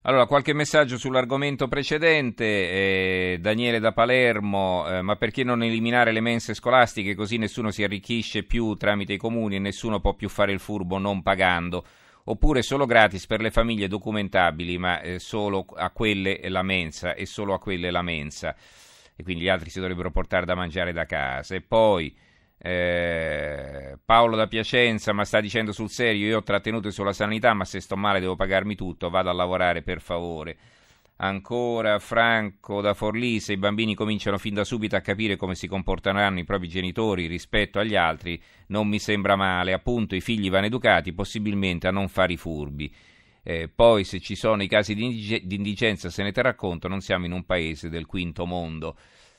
Allora, qualche messaggio sull'argomento precedente. Daniele da Palermo, ma perché non eliminare le mense scolastiche così nessuno si arricchisce più tramite i comuni e nessuno può più fare il furbo non pagando? Oppure solo gratis per le famiglie documentabili, ma solo a quelle la mensa e solo a quelle la mensa. E quindi gli altri si dovrebbero portare da mangiare da casa. E poi Paolo da Piacenza, ma sta dicendo sul serio, io ho trattenute sulla sanità, ma se sto male devo pagarmi tutto, vado a lavorare per favore. Ancora Franco da Forlì, se i bambini cominciano fin da subito a capire come si comporteranno i propri genitori rispetto agli altri, non mi sembra male, appunto i figli vanno educati possibilmente a non fare i furbi. Poi se ci sono i casi di indigenza se ne terrà conto, non siamo in un paese del quinto mondo.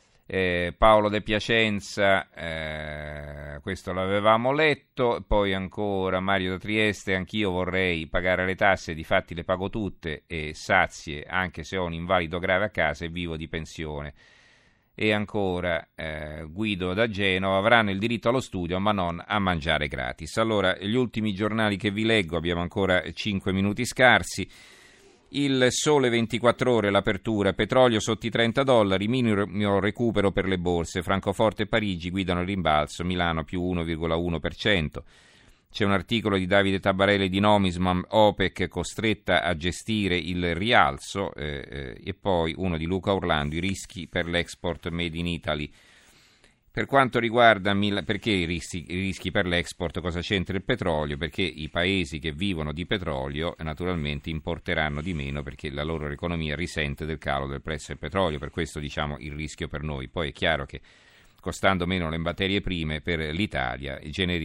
Paolo De Piacenza, questo l'avevamo letto. Poi ancora Mario da Trieste, anch'io vorrei pagare le tasse, difatti le pago tutte e sazie, anche se ho un invalido grave a casa e vivo di pensione. E ancora Guido da Genova, avranno il diritto allo studio ma non a mangiare gratis. Allora, gli ultimi giornali che vi leggo, abbiamo ancora 5 minuti scarsi. Il Sole 24 Ore, l'apertura, petrolio sotto i $30, minimo recupero per le borse, Francoforte e Parigi guidano il rimbalzo, Milano più 1,1%. C'è un articolo di Davide Tabarelli di Nomisma, OPEC costretta a gestire il rialzo, e poi uno di Luca Orlando, i rischi per l'export made in Italy. Per quanto riguarda perché i rischi per l'export, cosa c'entra il petrolio? Perché i paesi che vivono di petrolio naturalmente importeranno di meno perché la loro economia risente del calo del prezzo del petrolio, per questo diciamo il rischio per noi. Poi è chiaro che costando meno le materie prime per l'Italia,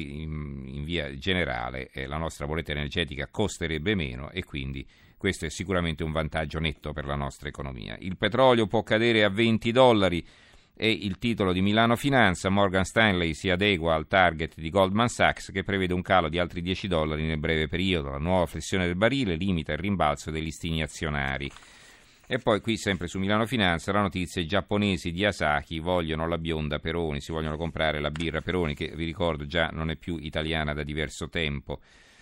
in via generale la nostra bolletta energetica costerebbe meno e quindi questo è sicuramente un vantaggio netto per la nostra economia. Il petrolio può cadere a $20. E il titolo di Milano Finanza, Morgan Stanley si adegua al target di Goldman Sachs che prevede un calo di altri $10 nel breve periodo, la nuova flessione del barile limita il rimbalzo degli listini azionari. E poi qui sempre su Milano Finanza la notizia, i giapponesi di Asahi vogliono la bionda Peroni, si vogliono comprare la birra Peroni che vi ricordo già non è più italiana da diverso tempo.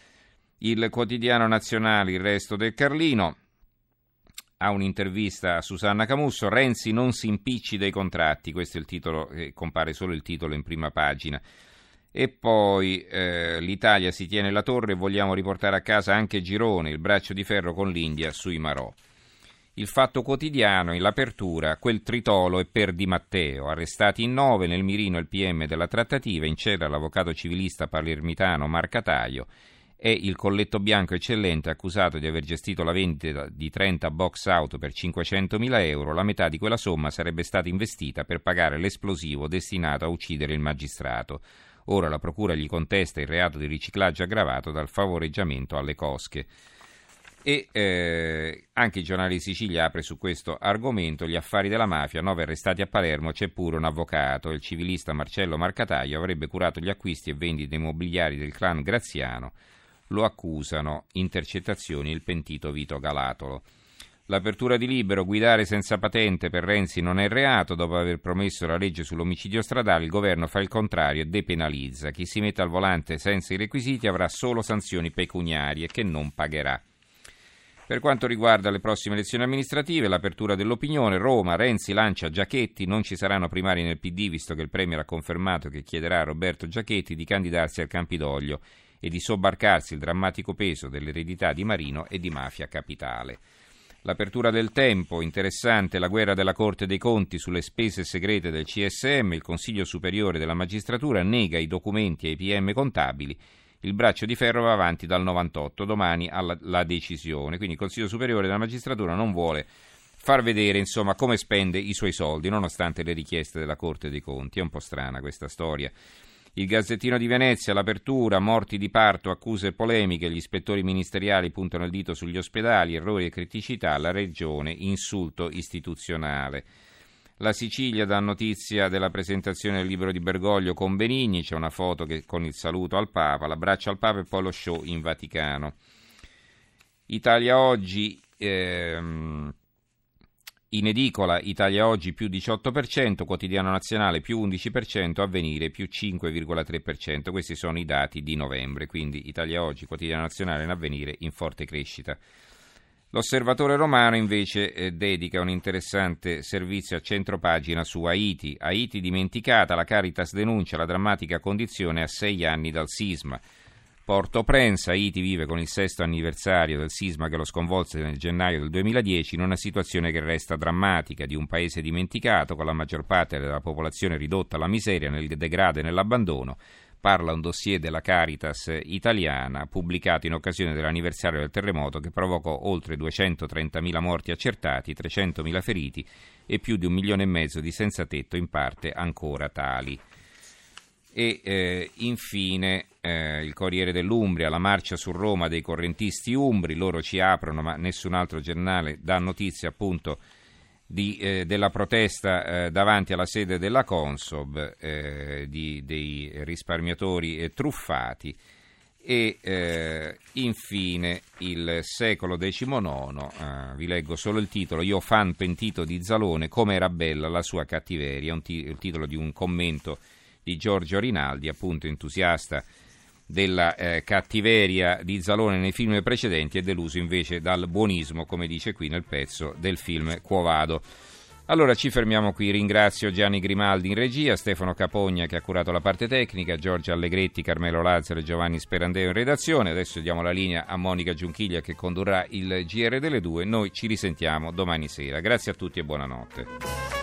Il quotidiano nazionale, il Resto del Carlino, ha un'intervista a Susanna Camusso, Renzi non si impicci dei contratti, questo è il titolo, compare solo il titolo in prima pagina. E poi l'Italia si tiene la torre e vogliamo riportare a casa anche Girone, il braccio di ferro con l'India sui Marò. Il Fatto Quotidiano, in l'apertura, quel tritolo è per Di Matteo, arrestati in 9, nel mirino il PM della trattativa, in cella l'avvocato civilista palermitano Marcataio, è il colletto bianco eccellente accusato di aver gestito la vendita di 30 box auto per €500.000, la metà di quella somma sarebbe stata investita per pagare l'esplosivo destinato a uccidere il magistrato. Ora la procura gli contesta il reato di riciclaggio aggravato dal favoreggiamento alle cosche. E anche il giornale di Sicilia apre su questo argomento, gli affari della mafia, 9 arrestati a Palermo, c'è pure un avvocato, il civilista Marcello Marcataio avrebbe curato gli acquisti e vendite immobiliari del clan Graziano. Lo accusano intercettazioni il pentito Vito Galatolo. L'apertura di Libero, guidare senza patente per Renzi non è reato, dopo aver promesso la legge sull'omicidio stradale il governo fa il contrario e depenalizza. Chi si mette al volante senza i requisiti avrà solo sanzioni pecuniarie che non pagherà. Per quanto riguarda le prossime elezioni amministrative, l'apertura dell'Opinione, Roma, Renzi lancia Giachetti, non ci saranno primari nel PD visto che il Premier ha confermato che chiederà a Roberto Giachetti di candidarsi al Campidoglio e di sobbarcarsi il drammatico peso dell'eredità di Marino e di Mafia Capitale. L'apertura del Tempo, interessante, la guerra della Corte dei Conti sulle spese segrete del CSM, il Consiglio Superiore della Magistratura nega i documenti ai PM contabili, il braccio di ferro va avanti dal 98, domani alla decisione, quindi il Consiglio Superiore della Magistratura non vuole far vedere insomma come spende i suoi soldi nonostante le richieste della Corte dei Conti. È un po' strana questa storia. Il Gazzettino di Venezia, l'apertura, morti di parto, accuse e polemiche, gli ispettori ministeriali puntano il dito sugli ospedali, errori e criticità, la regione, insulto istituzionale. La Sicilia dà notizia della presentazione del libro di Bergoglio con Benigni, c'è una foto con il saluto al Papa, l'abbraccio al Papa e poi lo show in Vaticano. Italia Oggi, in edicola Italia Oggi più 18%, Quotidiano Nazionale più 11%, Avvenire più 5,3%. Questi sono i dati di novembre, quindi Italia Oggi, Quotidiano Nazionale e Avvenire in forte crescita. L'Osservatore Romano invece dedica un interessante servizio a centropagina su Haiti. Haiti dimenticata, la Caritas denuncia la drammatica condizione a 6 anni dal sisma. Port-au-Prince, Haiti vive con il 6° anniversario del sisma che lo sconvolse nel gennaio del 2010 in una situazione che resta drammatica, di un paese dimenticato con la maggior parte della popolazione ridotta alla miseria, nel degrado e nell'abbandono. Parla un dossier della Caritas italiana pubblicato in occasione dell'anniversario del terremoto che provocò oltre 230.000 morti accertati, 300.000 feriti e più di 1,5 milioni di senza tetto, in parte ancora tali. E infine il Corriere dell'Umbria, la marcia su Roma dei correntisti umbri, loro ci aprono ma nessun altro giornale dà notizia appunto della protesta davanti alla sede della Consob dei risparmiatori truffati. E infine il Secolo XIX, vi leggo solo il titolo: Io fan pentito di Zalone, come era bella la sua cattiveria, il titolo di un commento di Giorgio Rinaldi, appunto entusiasta della cattiveria di Zalone nei film precedenti e deluso invece dal buonismo, come dice qui nel pezzo del film Quo Vado. Allora ci fermiamo qui, ringrazio Gianni Grimaldi in regia, Stefano Capogna che ha curato la parte tecnica, Giorgio Allegretti, Carmelo Lazzaro e Giovanni Sperandeo in redazione. Adesso diamo la linea a Monica Giunchiglia che condurrà il GR delle 2, noi ci risentiamo domani sera. Grazie a tutti e buonanotte.